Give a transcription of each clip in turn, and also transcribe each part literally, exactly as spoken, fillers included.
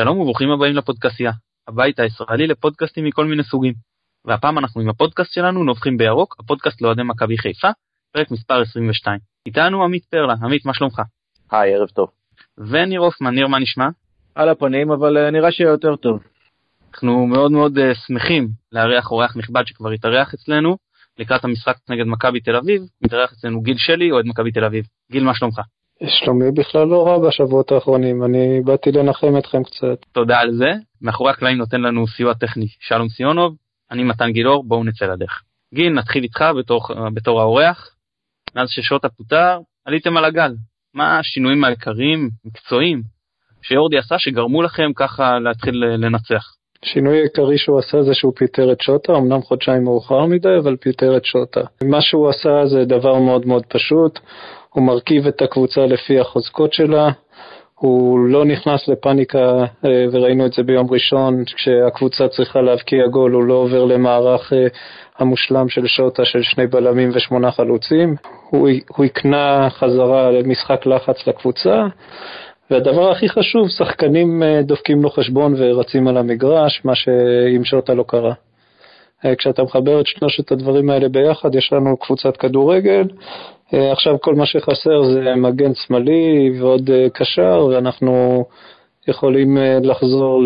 שלום וברוכים הבאים לפודקאסטייה, הבית הישראלי לפודקאסטים מכל מיני סוגים. והפעם אנחנו עם הפודקאסט שלנו נובחים בירוק, הפודקאסט לאוהדי מכבי חיפה, פרק מספר עשרים ושתיים. איתנו עמית פרלה. עמית, מה שלומך? היי, ערב טוב. וניר הופמן. ניר, מה נשמע? על הפנים, אבל נראה שיהיה יותר טוב. אנחנו מאוד מאוד uh, שמחים לארח אורח נכבד שכבר התארח אצלנו, לקראת המשחק נגד מכבי תל אביב. מתארח אצלנו גיל שלי, אוהד מכבי תל אביב. גיל, מה שלומך? שלומי בכלל לא רע בשבועות האחרונים, אני באתי לנחם אתכם קצת. תודה על זה. מאחורי הקלעים נותן לנו סיוע טכני שלום סיונוב, אני מתן גילאור, בואו נצא לדרך. גיל, נתחיל איתך בתור, בתור האורח. מאז ששוטה פוטר, עליתם על הגל. מה השינויים העיקריים, מקצועיים, שיורדי עשה שגרמו לכם ככה להתחיל לנצח? השינוי העיקרי שהוא עשה זה שהוא פיטר את שוטה, אמנם חודשיים מאוחר מדי, אבל פיטר את שוטה. מה שהוא עשה זה דבר מאוד מאוד פשוט, הוא מרכיב את הקבוצה לפי החוזקות שלה, הוא לא נכנס לפאניקה, וראינו את זה ביום ראשון, כשהקבוצה צריכה להבקיע גול, הוא לא עובר למערך המושלם של שוטה של שני בלמים ושמונה חלוצים, הוא, הוא יקנה חזרה למשחק לחץ לקבוצה, והדבר הכי חשוב, שחקנים דופקים לו חשבון ורצים על המגרש, מה שעם שוטה לא קרה. כשאתה מחבר את שלושת הדברים האלה ביחד, יש לנו קבוצת כדורגל, עכשיו כל מה שחסר זה מגן שמאלי ועוד קשר, ואנחנו יכולים לחזור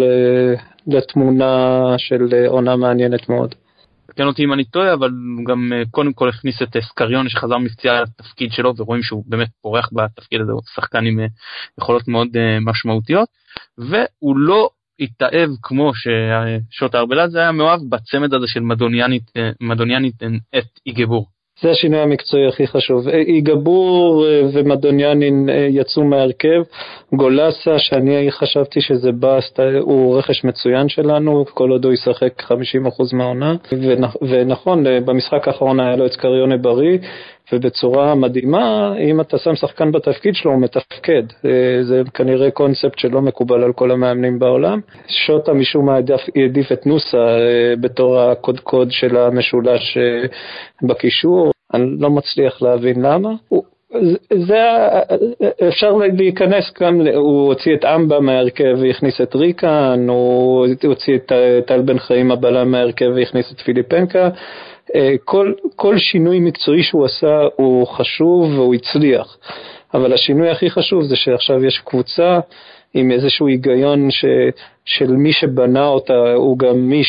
לתמונה של עונה מעניינת מאוד. תקן אותי אם אני טועה, אבל גם קודם כל הכניס את סקריון שחזר מפציעה לתפקיד שלו, ורואים שהוא באמת פורח בתפקיד הזה, הוא שחקן עם יכולות מאוד משמעותיות, והוא לא התאהב כמו ששוטה ארבלת, זה היה מאוהב בצמד הזה של מדוניאנית, מדוניאנית את איגבור. זה השינוי המקצועי הכי חשוב. איגבור ומדוניאנין יצאו מהרכב, גולסה שאני חשבתי שזה בסט, הוא רכש מצוין שלנו, כל עוד הוא ישחק חמישים אחוז מהעונה, ונכון, במשחק האחרון היה לו את סקריונה בריא, ובצורה מדהימה, אם אתה שם שחקן בתפקיד שלו, הוא מתפקד. זה כנראה קונספט שלא מקובל על כל המאמנים בעולם. שוטה משום מה העדיף את נוסה בתור הקודקוד של המשולש בקישור. אני לא מצליח להבין למה. זה, אפשר להיכנס כאן, הוא הוציא את אמבה מהרכב והכניס את ריקן, הוא הוציא את טל בן חיים הבלם מהרכב והכניס את פיליפנקה. כל, כל שינוי מקצועי שהוא עשה הוא חשוב והוא הצליח, אבל השינוי הכי חשוב זה שעכשיו יש קבוצה עם איזשהו היגיון ש, של מי שבנה אותה הוא גם מי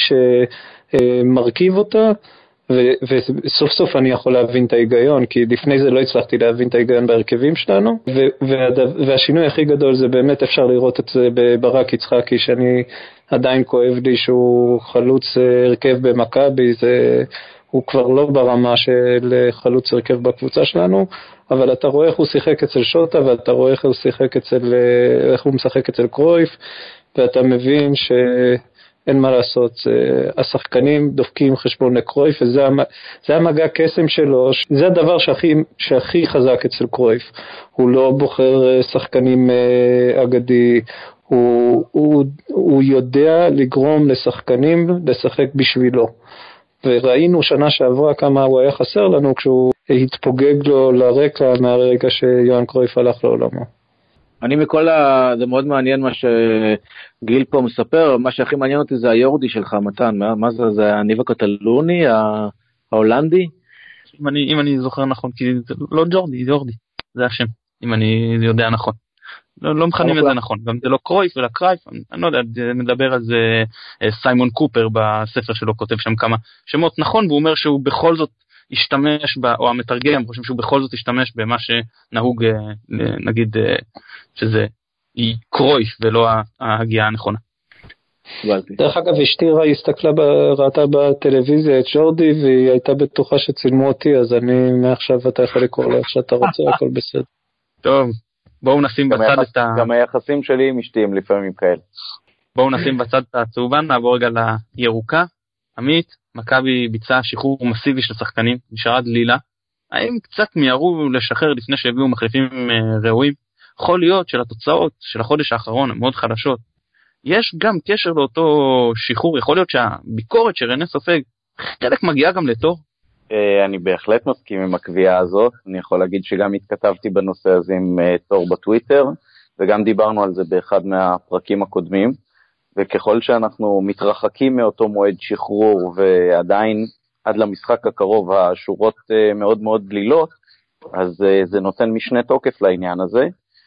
שמרכיב אותה, ו, וסוף סוף אני יכול להבין את ההיגיון, כי לפני זה לא הצלחתי להבין את ההיגיון בהרכבים שלנו, ו, והדבר, והשינוי הכי גדול זה באמת אפשר לראות את זה בברק יצחקי, שאני עדיין כואב לי שהוא חלוץ הרכב במכבי, זה הוא כבר לא ברמה של חלוץ הרכב בקבוצה שלנו, אבל אתה רואה איך הוא שיחק אצל שוטה, ואתה רואה איך הוא שיחק אצל, איך הוא משחק אצל קרויף, ואתה מבין שאין מה לעשות, השחקנים דופקים חשבון לקרויף, וזה זה המגע קסם שלו, זה הדבר שהכי, שהכי חזק אצל קרויף, הוא לא בוחר שחקנים אגדי, הוא, הוא, הוא יודע לגרום לשחקנים לשחק בשבילו. וראינו שנה שעברה כמה הוא היה חסר לנו כשהוא התפוגג לו לרקע מהרגע שיוהאן קרויף הלך לעולמו. אני מכל ה... זה מאוד מעניין מה שגיל פה מספר, מה שהכי מעניין אותי זה היורדי שלך מתן, מה, מה זה, זה הניב הקטלוני, ההולנדי? אם אני, אם אני זוכר נכון, כי זה לא ג'ורדי, יורדי, זה השם, אם אני יודע נכון. לא, לא מכנים את זה נכון, גם זה לא קרויף אלא קרייף, אני לא יודע, מדבר על זה סיימון קופר בספר שלו, כותב שם כמה שמות נכון, והוא אומר שהוא בכל זאת השתמש, או המתרגם חושב שהוא בכל זאת השתמש במה שנהוג, נגיד שזה קרויף ולא ההגיעה הנכונה. דרך אגב, אשתירה הסתכלה, ראתה בטלוויזיה את ג'ורדי, והיא הייתה בטוחה שצילמו אותי, אז אני מעכשיו אתה יכול לקרוא לה איך שאתה רוצה, הכל בסדר. טוב. בואו נשים בצד את ה... גם היחסים שלי עם אשתי הם לפעמים כאלה. בואו נשים בצד את הצהובה, נעבור רגע לירוקה. עמית, מכבי ביצעה שחרור מסיבי של שחקנים, נשארה דלילה. האם קצת מיהרו לשחרר לפני שהביאו מחליפים ראויים? יכול להיות שלתוצאות של החודש האחרון מאוד חדשות. יש גם קשר לאותו שחרור, יכול להיות שהביקורת של רנה סופג חלק מגיעה גם לתור? אני בהחלט מסכים עם הקביעה הזאת, אני יכול להגיד שגם התכתבתי בנושא הזה עם תור בטוויטר, וגם דיברנו על זה באחד מהפרקים הקודמים. וככל שאנחנו מתרחקים מאותו מועד שחרור, ועדיין עד למשחק הקרוב השורות מאוד מאוד דלילות, אז זה נותן משנה תוקף לעניין הזה,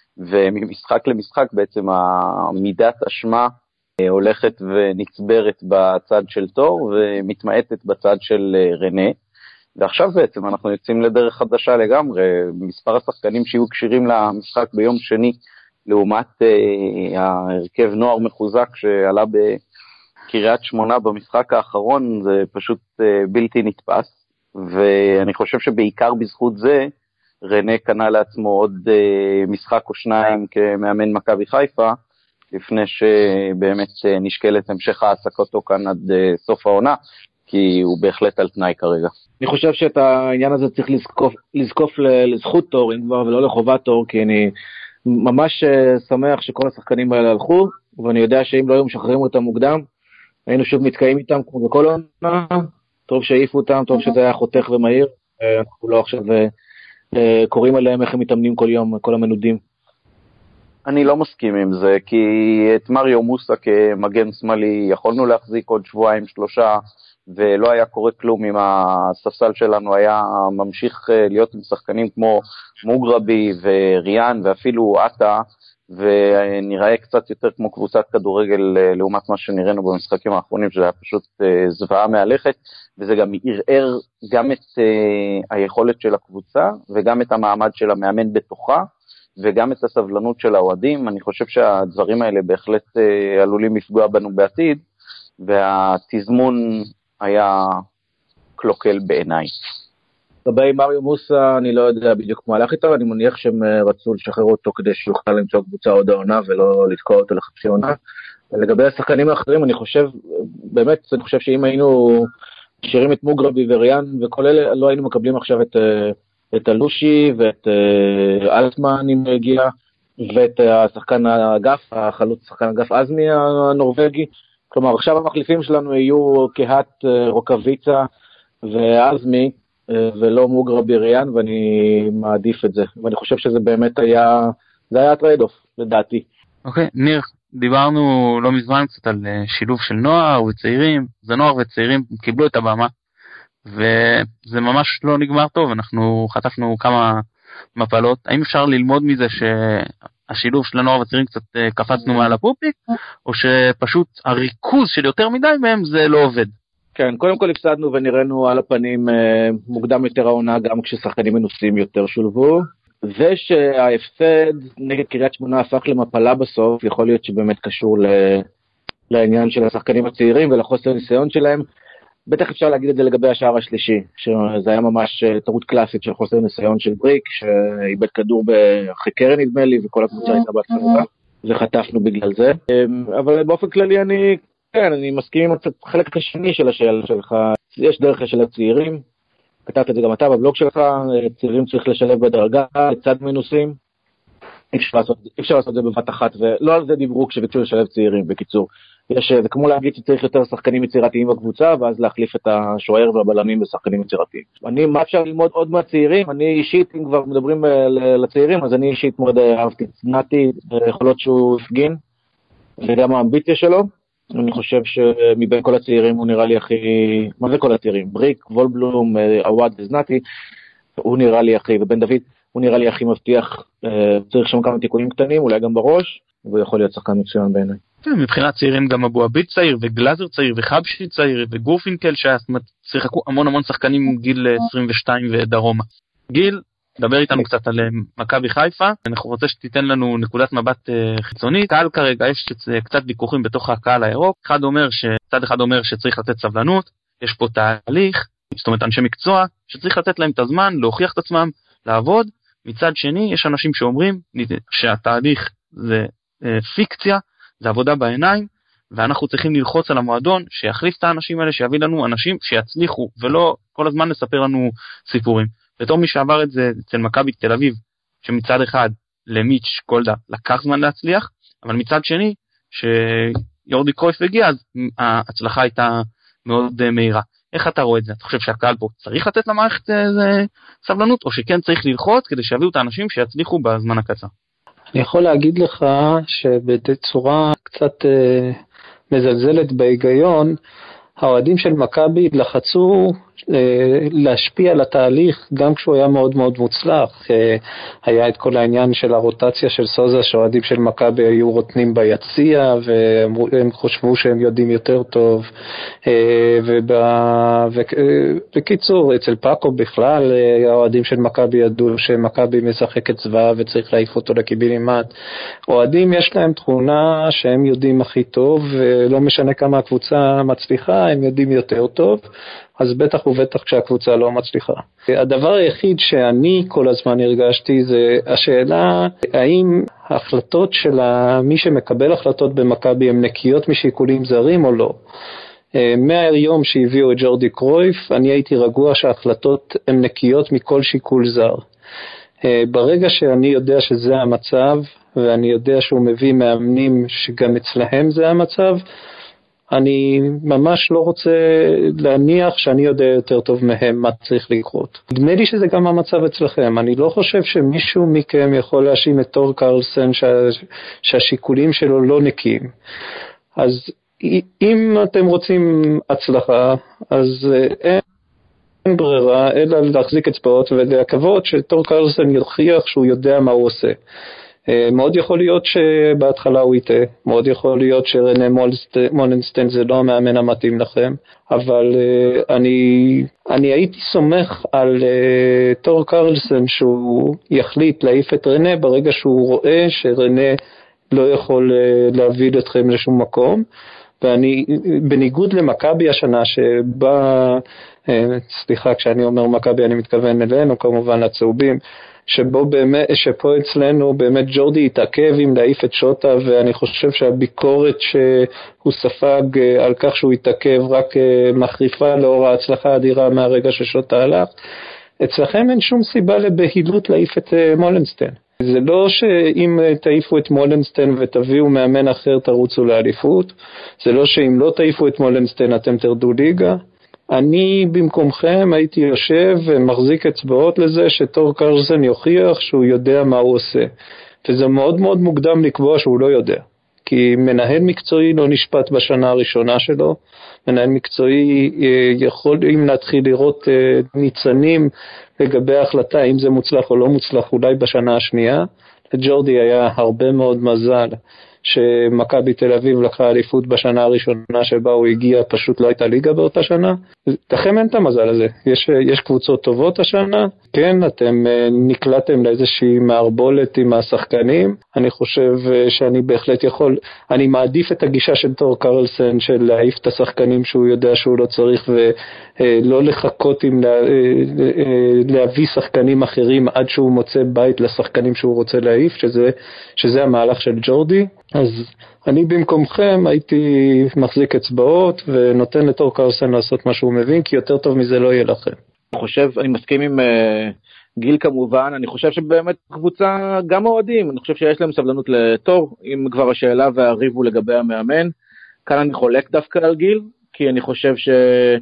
וממשחק למשחק בעצם המידת אשמה הולכת ונצברת בצד של תור, ומתמעטת בצד של רנה, ועכשיו בעצם אנחנו יוצאים לדרך חדשה לגמרי. מספר השחקנים שיהיו קשירים למשחק ביום שני, לעומת אה, ההרכב נוער מחוזק שעלה בקריית שמונה במשחק האחרון, זה פשוט אה, בלתי נתפס, ואני חושב שבעיקר בזכות זה, רנה קנה לעצמו עוד אה, משחק או שניים כמאמן מכבי חיפה, לפני שבאמת אה, נשקלת המשך העסקתו כאן עד אה, סוף העונה, כי הוא בהחלט על תנאי כרגע. אני חושב שאת העניין הזה צריך לזקוף, לזקוף לזכות תור, אם כבר, ולא לחובת תור, כי אני ממש שמח שכל השחקנים האלה הלכו, ואני יודע שאם לא היו משחררים אותם מוקדם, היינו שוב מתקיים איתם כמו בכל עונה, טוב שהעיפו אותם, טוב שזה היה חותך ומהיר, אנחנו לא עכשיו קוראים עליהם איך הם מתאמנים כל יום, כל המנודים. אני לא מסכים עם זה, כי את מריו מוסה כמגן שמאלי יכולנו להחזיק עוד שבועיים שלושה, ולא היה קורה כלום אם הספסל שלנו היה ממשיך להיות עם שחקנים כמו מוגרבי וריאן ואפילו עטה, ונראה קצת יותר כמו קבוצת כדורגל לעומת מה שנראינו במשחקים האחרונים, שזה היה פשוט זוועה מהלכת, וזה גם ערער גם את היכולת של הקבוצה וגם את המעמד של המאמן בתוכה, וגם את הסבלנות של האוהדים. אני חושב שהדברים האלה בהחלט עלולים לפגוע בנו בעתיד, והתזמון היה קלוקל בעיניי. לגבי מריו מוסה, אני לא יודע בדיוק מה הלך איתו, אני מניח שהם רצו לשחרר אותו כדי שיוכל למצוא קבוצה עוד העונה ולא לתקוע אותו לחצי עונה. לגבי השחקנים האחרים, אני חושב, באמת, אני חושב שאם היינו שירים את מוגרבי וריאן וכל אלה, לא היינו מקבלים עכשיו את, את הלושי ואת אלטמן אם הגיע, ואת השחקן האגף, החלוץ שחקן האגף אזמי הנורווגי. כלומר, עכשיו המחליפים שלנו יהיו קהת רוקביצה ואזמי, ולא מוגרבי ריאן, ואני מעדיף את זה. ואני חושב שזה באמת היה, זה היה טרייד-אוף, לדעתי. אוקיי, ניר, דיברנו לא מזמן קצת על שילוב של נוער וצעירים. זה נוער וצעירים קיבלו את הבמה, וזה ממש לא נגמר טוב. אנחנו חטפנו כמה מפלות. האם אפשר ללמוד מזה שהשילוב של הנוער וצעירים קצת קפצנו מעל הפופיק, או שפשוט הריכוז של יותר מדי מהם זה לא עובד? כן, קודם כל הפסדנו ונראינו על הפנים מוקדם יותר העונה, גם כששחקנים מנוסים יותר שולבו, ושההפסד נגד קריית שמונה הפך למפלה בסוף, יכול להיות שבאמת קשור לעניין של השחקנים הצעירים ולחוסר ניסיון שלהם. בטח אפשר להגיד את זה לגבי השער השלישי, שזה היה ממש טעות קלאסית של חוסר ניסיון של בריק, שאיבד כדור אחרי קרן נדמה לי, וכל הקבוצה הייתה בהתחלה, וחטפנו בגלל זה. אבל באופן כללי אני, כן, אני מסכים עם החלק השני של השאלה שלך. יש דרך של הצעירים, כתבת את זה גם אתה בבלוג שלך, צעירים צריך לשלב בדרגה, לצד מנוסים, אפשר לעשות, אפשר לעשות את זה בבת אחת, ולא על זה דיברו כשביקשו לשלב צעירים, בקיצור. יש, זה כמו להגיד שצריך יותר שחקנים יצירתיים בקבוצה, ואז להחליף את השוער והבלמים בשחקנים יצירתיים. אני, מה אפשר ללמוד עוד מהצעירים? אני אישית, אם כבר מדברים לצעירים, אז אני אישית מאוד אהבתי, צנעתי, יכולות שהוא הפגין, וגם האמביציה שלו. אני חושב שמבין כל הצעירים הוא נראה לי הכי, מה זה כל הצעירים? בריק, וולבלום, עווד וזנתי, הוא נראה לי הכי, ובן דוד, הוא נראה לי הכי מבטיח, צריך שם כמה תיקונים קטנים, אולי גם בראש, והוא יכול להיות שחקן מצוין בעיניי. מבחינת צעירים גם אבו עביד צעיר, וגלאזר צעיר, וחבשי צעיר, וגורפינקל, ששיחקו המון המון שחקנים גיל עשרים ושתיים ודרומה. גיל, דבר איתנו קצת על מכבי חיפה, אנחנו רוצה שתיתן לנו נקודת מבט חיצונית. קהל כרגע יש קצת ויכוחים בתוך הקהל הירוק, אחד אומר שצד אחד אומר שצריך לתת סבלנות, יש פה תהליך, זאת אומרת אנשי מקצוע, שצריך לתת להם את הזמן, להוכיח את עצמם, לעבוד. מצד שני יש אנשים שאומרים שהתהליך זה פיקציה, זה עבודה בעיניים, ואנחנו צריכים ללחוץ על המועדון שיחליף את האנשים האלה, שיביא לנו אנשים שיצליחו, ולא כל הזמן לספר לנו סיפורים. בתור מי שעבר את זה אצל מכבי תל אביב, שמצד אחד למיץ' קולדה לקח זמן להצליח, אבל מצד שני, שיורדי קרויף הגיע, אז ההצלחה הייתה מאוד מהירה. איך אתה רואה את זה? אתה חושב שהקהל פה צריך לתת למערכת סבלנות, או שכן צריך ללחוץ כדי שיביאו את האנשים שיצליחו בזמן הקצר? אני יכול להגיד לך שבצורה קצת מזלזלת בהיגיון, האוהדים של מכבי לחצו להשפיע על התהליך גם כשהוא היה מאוד מאוד מוצלח. היה את כל העניין של הרוטציה של סוזה, שהאוהדים של מכבי היו רוטנים ביציע והם חושבו שהם יודעים יותר טוב, ובקיצור אצל פאקו בכלל האוהדים של מכבי ידעו שמכבי משחקת צבא וצריך להעיף אותו לקיבינימט. אוהדים יש להם תכונה שהם יודעים הכי טוב, ולא משנה כמה הקבוצה מצליחה הם יודעים יותר טוב, אז בטח ובטח כשהקבוצה לא מצליחה. הדבר היחיד שאני כל הזמן הרגשתי זה השאלה האם ההחלטות של מי שמקבל החלטות במכבי הן נקיות משיקולים זרים או לא. מהיום שהביאו את ג'ורדי קרויף אני הייתי רגוע שההחלטות הן נקיות מכל שיקול זר. ברגע שאני יודע שזה המצב ואני יודע שהוא מביא מאמנים שגם אצלהם זה המצב, אני ממש לא רוצה להניח שאני יודע יותר טוב מהם מה צריך לקרות. נדמה לי שזה גם המצב אצלכם. אני לא חושב שמישהו מכם יכול להאשים את תור קרלסן שה, שהשיקולים שלו לא נקיים. אז אם אתם רוצים הצלחה, אז אין ברירה אלא להחזיק אצבעות ולקוות שתור קרלסן יוכיח שהוא יודע מה הוא עושה. מאוד יכול להיות שבהתחלה הוא יטעה, מאוד יכול להיות שרנה מולנסטיין זה לא המאמן המתאים לכם, אבל אני, אני הייתי סומך על תור קרלסן שהוא יחליט להעיף את רנה ברגע שהוא רואה שרנה לא יכול להביא אתכם לשום מקום. ואני, בניגוד למכבי השנה שבה, סליחה, כשאני אומר מכבי אני מתכוון אלינו כמובן לצהובים, שבו באמת, שפה אצלנו באמת ג'ורדי התעכב עם להעיף את שוטה, ואני חושב שהביקורת שהוא ספג על כך שהוא התעכב רק מחריפה לאור ההצלחה האדירה מהרגע ששוטה הלך. אצלכם אין שום סיבה לבהילות להעיף את מולנסטיין. זה לא שאם תעיפו את מולנסטיין ותביאו מאמן אחר תרוצו לאליפות, זה לא שאם לא תעיפו את מולנסטיין אתם תרדו ליגה. אני במקומכם הייתי יושב ומחזיק אצבעות לזה שתור קרלסן יוכיח שהוא יודע מה הוא עושה. וזה מאוד מאוד מוקדם לקבוע שהוא לא יודע. כי מנהל מקצועי לא נשפט בשנה הראשונה שלו. מנהל מקצועי יכול, אם להתחיל לראות ניצנים לגבי ההחלטה, אם זה מוצלח או לא מוצלח, אולי בשנה השנייה. לג'ורדי היה הרבה מאוד מזל שמכבי תל אביב לקחה אליפות בשנה הראשונה שבה הוא הגיע, פשוט לא הייתה ליגה באותה שנה. לכם אין את המזל הזה. יש, יש קבוצות טובות השנה. כן, אתם נקלטתם לאיזושהי מערבולת עם השחקנים. אני חושב שאני בהחלט יכול, אני מעדיף את הגישה של תור קרלסן של להעיף את השחקנים שהוא יודע שהוא לא צריך, ולא לחכות עם לה, להביא שחקנים אחרים עד שהוא מוצא בית לשחקנים שהוא רוצה להעיף, שזה, שזה המהלך של ג'ורדי. אז אני במקומכם הייתי מחזיק אצבעות ונותן לתור קרלסן לעשות מה שהוא מבין, כי יותר טוב מזה לא יהיה לכם. אני חושב, אני מסכים עם uh, גיל כמובן, אני חושב שבאמת קבוצה גם אוהדים, אני חושב שיש להם סבלנות לתור, אם כבר השאלה והריבו לגבי המאמן. כאן אני חולק דווקא על גיל, כי אני חושב ש...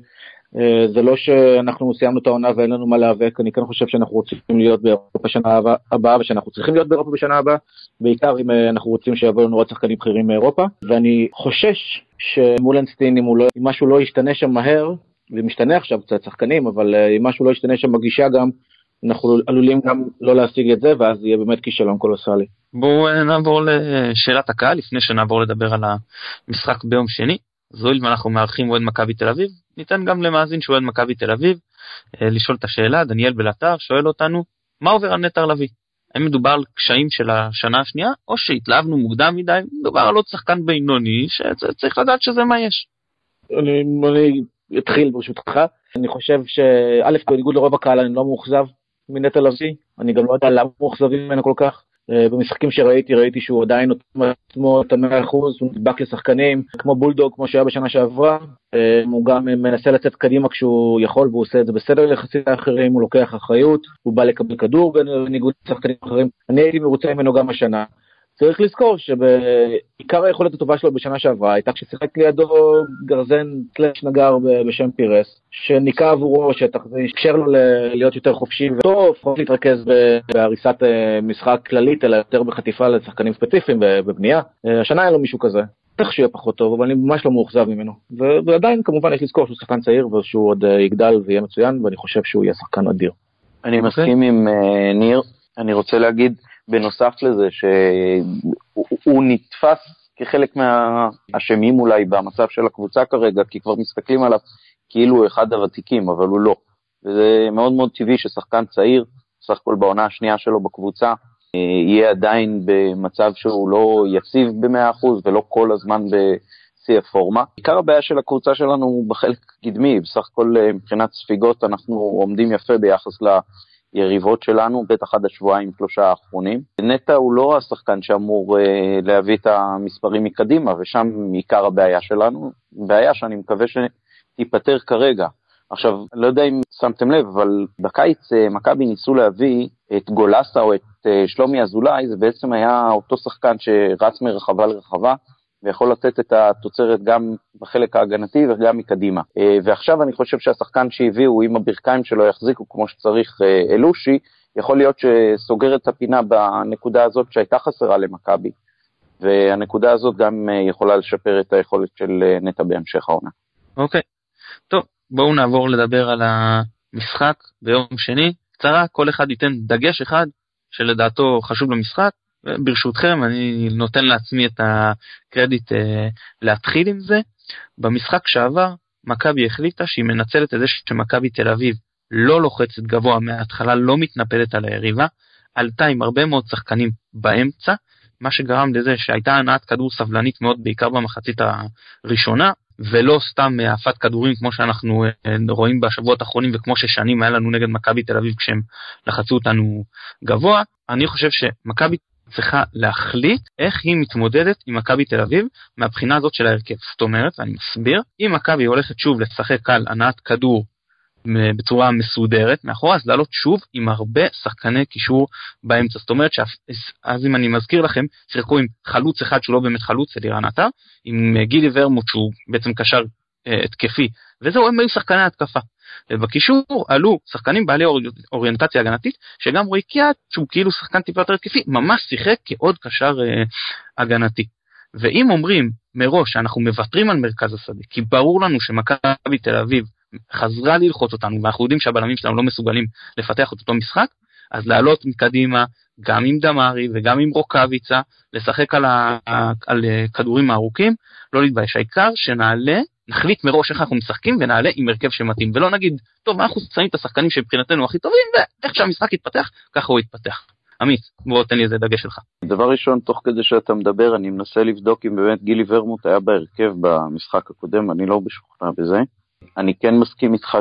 זה לא שאנחנו סיימנו את העונה ואין לנו מה להיאבק. אני כן חושב שאנחנו רוצים להיות באירופה בשנה הבאה, ושאנחנו צריכים להיות באירופה בשנה הבאה, בעיקר אם אנחנו רוצים שיבואו לנו עוד שחקנים בכירים מאירופה. ואני חושש שמולנסטיין, אם, לא, אם משהו לא ישתנה שם מהר, ומשתנה עכשיו קצת שחקנים, אבל אם משהו לא ישתנה שם בגישה גם, אנחנו עלולים גם לא להשיג את זה, ואז יהיה באמת כישלון קולוסלי. בואו נעבור לשאלת הקהל, לפני שנעבור לדבר על המשחק ביום שני. זוהיל ואנחנו מארחים אוהד מכבי תל אביב, ניתן גם למאזין שהוא אוהד מכבי תל אביב לשאול את השאלה. דניאל בלטר שואל אותנו, מה עובר על נטע לביא? האם מדובר על קשיים של השנה השנייה, או שהתלהבנו מוקדם מדי? מדובר על עוד שחקן בינוני שצריך לדעת שזה מה יש. אני, אני אתחיל ברשותך. אני חושב שא' בניגוד לרוב הקהל אני לא מאוכזב מנטע לביא, אני גם לא יודע למה מאוכזבים ממנו כל כך. במשחקים שראיתי, ראיתי שהוא עדיין נותן עצמו את המאה אחוז, הוא נדבק לשחקנים, כמו בולדוג, כמו שהיה בשנה שעברה, הוא גם מנסה לצאת קדימה כשהוא יכול, והוא עושה את זה בסדר יחסית לאחרים, הוא לוקח אחריות, הוא בא לקבל כדור בניגוד לשחקנים אחרים. אני הייתי מרוצה ממנו גם השנה. צריך לזכור שבעיקר היכולת הטובה שלו בשנה שעברה הייתה כששיחק לידו גרזן סלש נגר בשם פירס, שניקה עבורו שטח והקשר לו להיות יותר חופשי וטוב, פחות להתרכז בהריסת משחק כללית, אלא יותר בחטיפה לשחקנים ספציפיים בבנייה. השנה היה לו מישהו כזה. צריך שיהיה פחות טוב, אבל אני ממש לא מאוכזב ממנו. ועדיין כמובן יש לזכור שהוא שחקן צעיר, ושהוא עוד יגדל ויהיה מצוין, ואני חושב שהוא יהיה שחקן אדיר. אני מסכים עם ניר, אני רוצה להגיד בנוסף לזה שהוא נתפס כחלק מהאשמים אולי במצב של הקבוצה כרגע, כי כבר מסתכלים עליו כאילו הוא אחד הוותיקים, אבל הוא לא. וזה מאוד מאוד טבעי ששחקן צעיר, סך הכל בעונה השנייה שלו בקבוצה, יהיה עדיין במצב שהוא לא יציב ב-מאה אחוז ולא כל הזמן בשיא הפורמה. עיקר הבעיה של הקבוצה שלנו הוא בחלק קדמי, בסך הכל מבחינת ספיגות אנחנו עומדים יפה ביחס ליריבות שלנו, בטח עד השבועיים שלושה האחרונים. נטע הוא לא השחקן שאמור להביא את המספרים מקדימה, ושם עיקר הבעיה שלנו, בעיה שאני מקווה שתיפטר כרגע. עכשיו, לא יודע אם שמתם לב, אבל בקיץ מכבי ניסו להביא את גולסה או את שלומי אזולאי, זה בעצם היה אותו שחקן שרץ מרחבה לרחבה, ויכול לתת את התוצרת גם בחלק ההגנתי וגם מקדימה. ועכשיו אני חושב שהשחקן שהביאו, אם הברכיים שלו יחזיקו כמו שצריך אלושי, יכול להיות שסוגר את הפינה בנקודה הזאת שהייתה חסרה למכבי, והנקודה הזאת גם יכולה לשפר את היכולת של נטע בהמשך העונה. אוקיי, טוב. בואו נעבור לדבר על המשחק ביום שני. קצרה, כל אחד ייתן דגש אחד שלדעתו חשוב למשחק. ברשותכם, אני נותן לעצמי את הקרדיט אה, להתחיל עם זה. במשחק שעבר, מכבי החליטה שהיא מנצלת את זה שמכבי תל אביב לא לוחצת גבוה מההתחלה, לא מתנפלת על היריבה, עלתה עם הרבה מאוד שחקנים באמצע, מה שגרם לזה שהייתה הנעת כדור סבלנית מאוד, בעיקר במחצית הראשונה, ולא סתם מהפת כדורים כמו שאנחנו רואים בשבועות האחרונים, וכמו ששנים היה לנו נגד מכבי תל אביב כשהם לחצו אותנו גבוה. אני חושב שמכבי צריכה להחליט איך היא מתמודדת עם מכבי תל אביב מהבחינה הזאת של ההרכב. זאת אומרת, אני מסביר, אם מכבי הולכת שוב לשחק על הנעת כדור בצורה מסודרת מאחורה, אז לעלות שוב עם הרבה שחקני קישור באמצע. זאת אומרת, אז אם אני מזכיר לכם, שיחקו עם חלוץ אחד שהוא לא באמת חלוץ, אלירן עטר, עם גילי ורמוט שהוא בעצם קשר התקפי, וזהו, הם היו שחקני התקפה. ובקישור עלו שחקנים בעלי אוריינטציה הגנתית, שגם רועי קיאט, שהוא כאילו שחקן טיפה יותר התקפי, ממש שיחק כעוד קשר הגנתי. ואם אומרים מראש שאנחנו מוותרים על מרכז השדה, כי ברור לנו שמכבי תל אביב חזרה ללחוץ אותנו, ואנחנו יודעים שהבלמים שלנו לא מסוגלים לפתח את אותו משחק, אז לעלות מקדימה, גם עם דמרי וגם עם רוקביצה, לשחק על, ה, על כדורים הארוכים, לא להתבייש. העיקר שנעלה, נחליט מראש איך אנחנו משחקים, ונעלה עם הרכב שמתאים, ולא נגיד, טוב, אנחנו שמים את השחקנים שבחינתנו הכי טובים, ואיך שהמשחק יתפתח, ככה הוא יתפתח. עמית, בוא תן לי איזה דגש שלך. דבר ראשון, תוך כדי שאתה מדבר, אני מנסה לבדוק אם באמת גילי ורמוט היה בהרכב במשחק הקודם, אני לא בשוכנע בזה. אני כן מסכים איתך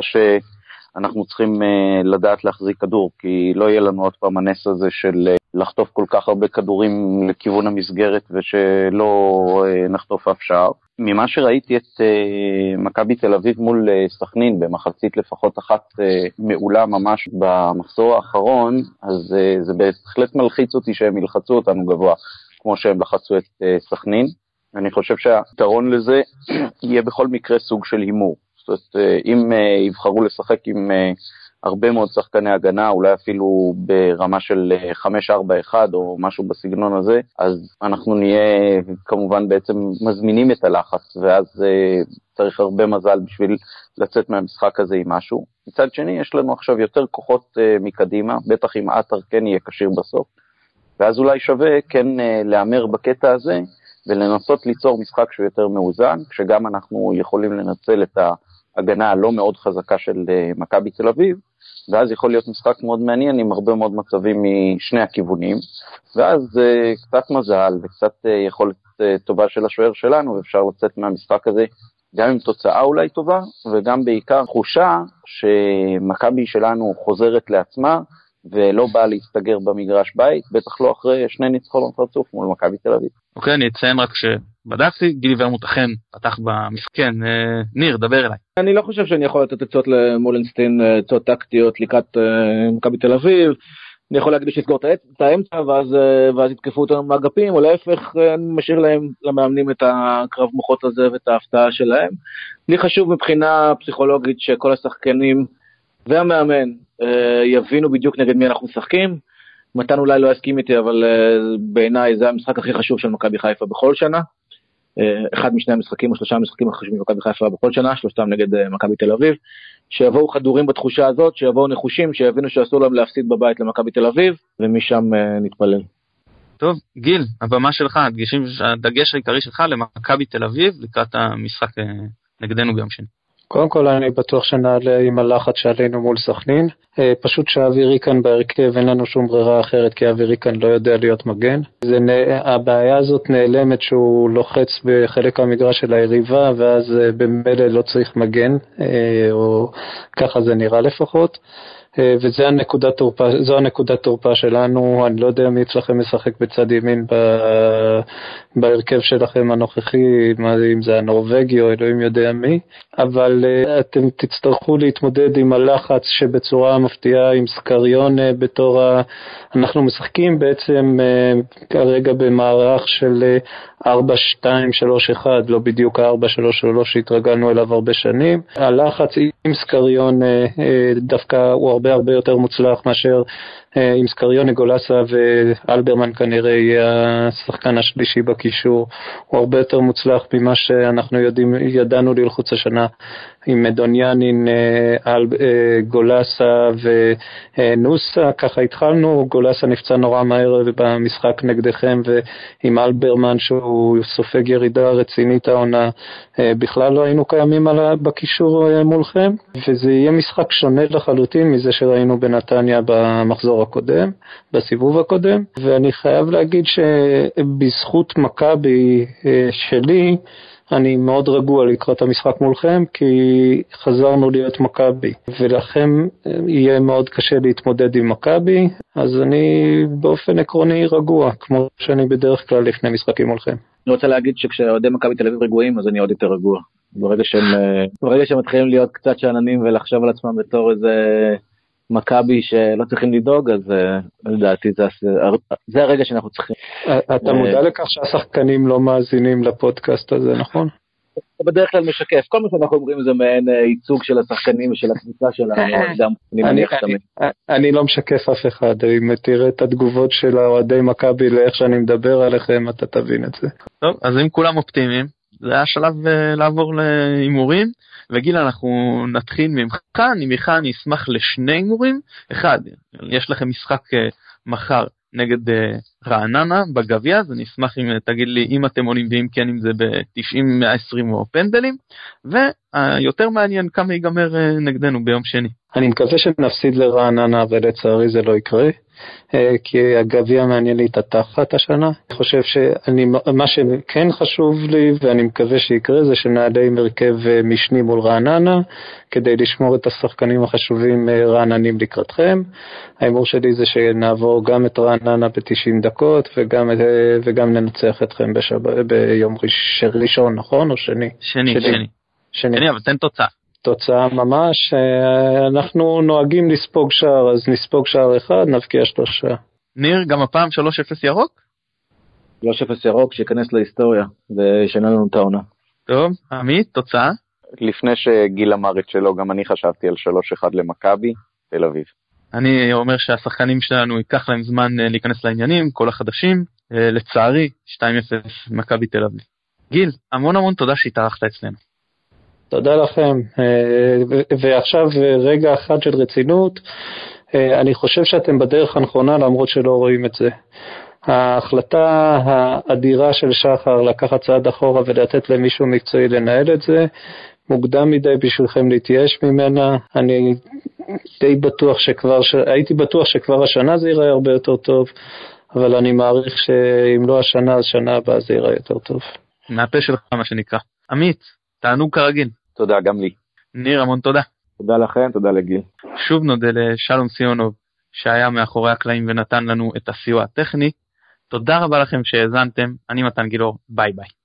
שאנחנו צריכים uh, לדעת להחזיק כדור, כי לא יהיה לנו עוד פעם הנס הזה של uh, לחטוף כל כך הרבה כדורים לכיוון המסגרת, ושלא uh, נחטוף אף שער. ממה שראיתי את uh, מכבי תל אביב מול uh, סכנין, במחצית לפחות אחת uh, מעולה ממש במחזור האחרון, אז uh, זה בהחלט מלחיץ אותי שהם ילחצו אותנו גבוה, כמו שהם לחצו את uh, סכנין. אני חושב שהפתרון לזה יהיה בכל מקרה סוג של הימור. זאת אומרת, אם יבחרו לשחק עם הרבה מאוד שחקני הגנה, אולי אפילו ברמה של חמש ארבע אחת או משהו בסגנון הזה, אז אנחנו נהיה כמובן בעצם מזמינים את הלחץ, ואז צריך הרבה מזל בשביל לצאת מהמשחק הזה עם משהו. מצד שני, יש לנו עכשיו יותר כוחות מקדימה, בטח אם עטר כן יהיה קשיר בסוף, ואז אולי שווה כן לאמר בקטע הזה, ולנסות ליצור משחק שהוא יותר מאוזן, כשגם אנחנו יכולים לנצל את ההגנה הלא מאוד חזקה של מכבי תל אביב, ואז יכול להיות משחק מאוד מעניין עם הרבה מאוד מצבים משני הכיוונים, ואז קצת מזל וקצת יכולת טובה של השוער שלנו, ואפשר לצאת מהמשחק הזה גם עם תוצאה אולי טובה, וגם בעיקר תחושה שמכבי שלנו חוזרת לעצמה, ולא בא להסתגר במגרש בית, בטח לא אחרי שני ניצחונות רצוף מול מכבי תל אביב. אוקיי, אני אציין רק שבדקתי, גילי ורמוט אכן פתח במשחק. כן, ניר, דבר אליי. אני לא חושב שאני יכול לתת עצות למולנסטיין, עצות טקטיות לקראת מכבי תל אביב. אני יכול להגיד שיסגור את האמצע, ואז, ואז יתקפו אותנו מהאגפים, או להפך, אני משאיר להם, למאמנים את הקרב מוחות הזה ואת ההפתעה שלהם. לי חשוב מבחינה פסיכולוגית שכל השחקנים והמאמן יבינו בדיוק נגד מי אנחנו משחקים. מתן אולי לא יסכים איתי, אבל בעיניי זה המשחק הכי חשוב של מכבי חיפה בכל שנה. אחד משני המשחקים או שלושה המשחקים החשובים במכבי חיפה בכל שנה, שלושתם נגד מכבי תל אביב, שיבואו חדורים בתחושה הזאת, שיבואו נחושים, שיבינו שאסור להם להפסיד בבית למכבי תל אביב, ומשם נתפלל. טוב, גיל, הבמה שלך, הדגשים, הדגש העיקרי שלך למכבי תל אביב, לקראת המשחק נגדנו ביום שני. קודם כל אני בטוח שנעלה עם הלחץ שעלינו מול סכנין, פשוט שהאווירי כאן בהרכב אין לנו שום ברירה אחרת, כי האווירי כאן לא יודע להיות מגן. זה, הבעיה הזאת נעלמת שהוא לוחץ בחלק המגרש של היריבה, ואז במילא לא צריך מגן, או ככה זה נראה לפחות. וזה הנקודת תורפה, זו הנקודת תורפה שלנו. אני לא יודע מי אצלכם משחק בצד ימין בהרכב שלכם הנוכחי, אם זה הנורווגי או אלוהים יודע מי, אבל אתם תצטרכו להתמודד עם הלחץ שבצורה מפתיעה עם סקריון בתור ה... אנחנו משחקים בעצם כרגע במערך של ארבע שתיים שלוש אחת, לא בדיוק ה-ארבע שלוש שלוש שהתרגלנו אליו הרבה שנים. הלחץ עם סקריון דווקא הוא הרבה הרבה יותר מוצלח מאשר עם סקריון, גולסה ואלברמן כנראה יהיה השחקן השלישי בקישור. הוא הרבה יותר מוצלח ממה שאנחנו יודעים, ידענו ללחוץ השנה עם מדוניאנין, גולסה ונוסה. ככה התחלנו, גולסה נפצע נורא מהר במשחק נגדכם, ועם אלברמן שהוא סופג ירידה רצינית העונה, בכלל לא היינו קיימים בקישור מולכם, וזה יהיה משחק שונה לחלוטין מזה שראינו בנתניה במחזור הקודם, בסיבוב הקודם. ואני חייב להגיד שבזכות מכבי שלי אני מאוד רגוע לקראת המשחק מולכם, כי חזרנו להיות מכבי, ולכם יהיה מאוד קשה להתמודד עם מכבי, אז אני באופן עקרוני רגוע, כמו שאני בדרך כלל לפני משחקים מולכם. אני רוצה להגיד שכשאוהדי מכבי תל אביב רגועים, אז אני עוד יותר רגוע. ברגע שהם, ברגע שהם מתחילים להיות קצת שעננים ולחשוב על עצמם בתור איזה מכבי שלא צריכים לדאוג, אז לדעתי זה, זה הרגע שאנחנו צריכים. אתה מודע לכך שהשחקנים לא מאזינים לפודקאסט הזה, נכון? בדרך כלל משקף, כל מה שאנחנו אומרים זה מעין ייצוג של השחקנים ושל הקבוצה שלנו, אני לא משקף אף אחד. אם תראה את התגובות של האוהדי מכבי לאיך שאני מדבר עליכם, אתה תבין את זה. טוב, אז אם כולם אופטימיים, זה השלב לעבור להימורים, וגיל, אנחנו נתחיל ממך. ממך אני אשמח לשני הימורים. אחד, יש לכם משחק מחר נגד רעננה בגביע, אז אני אשמח אם תגיד לי אם אתם עולים ואם כן, אם זה ב-תשעים מאה ועשרים או פנדלים, ויותר מעניין כמה ייגמר נגדנו ביום שני. אני מקווה שנפסיד לרעננה, ולצערי זה לא יקרה, כי הגביע מעניין לי את התחת השנה. אני חושב שמה שכן חשוב לי ואני מקווה שיקרה זה שנעלה עם הרכב משני מול רעננה, כדי לשמור את השחקנים החשובים רעננים לקראתכם. האימור שלי זה שנעבור גם את רעננה ב-תשעים דקות, וגם, וגם ננצח אתכם בשב... ביום ראש... ראשון, נכון? או שני? שני, שני. שני, שני אבל תן תוצאה. תוצאה ממש, אנחנו נוהגים לספוג שער, אז נספוג שער אחד, נבקיע שלושה. ניר, גם הפעם שלוש אפס ירוק? שלוש אפס ירוק, שיכנס להיסטוריה, וישנה לנו את העונה. טוב, עמית, תוצאה? לפני שגיל אמר את שלו, גם אני חשבתי על שלוש אחד למכבי, תל אביב. אני אומר שהשחקנים שלנו ייקח להם זמן להיכנס לעניינים, כל החדשים, לצערי, שתיים אפס מכבי תל אביב. גיל, המון המון תודה שהתארחת אצלנו. תודה לכם, ועכשיו רגע אחד של רצינות. אני חושב שאתם בדרך הנכונה למרות שלא רואים את זה. ההחלטה האדירה של שחר לקחת צעד אחורה ולתת למישהו מקצועי לנהל את זה, מוקדם מדי בשבילכם להתייאש ממנה. אני די בטוח שכבר, הייתי בטוח שכבר השנה זה ייראה הרבה יותר טוב, אבל אני מעריך שאם לא השנה אז שנה הבאה זה ייראה יותר טוב. מהפה שלך מה שנקרא. עמית, תענוג כרגיל. תודה גם לי. ניר, המון תודה. תודה לכם, תודה לגיל. שוב נודה לשלום סיונוב שהיה מאחורי הקלעים ונתן לנו את הסיוע הטכני. תודה רבה לכם שהאזנתם, אני מתן גילאור, ביי ביי.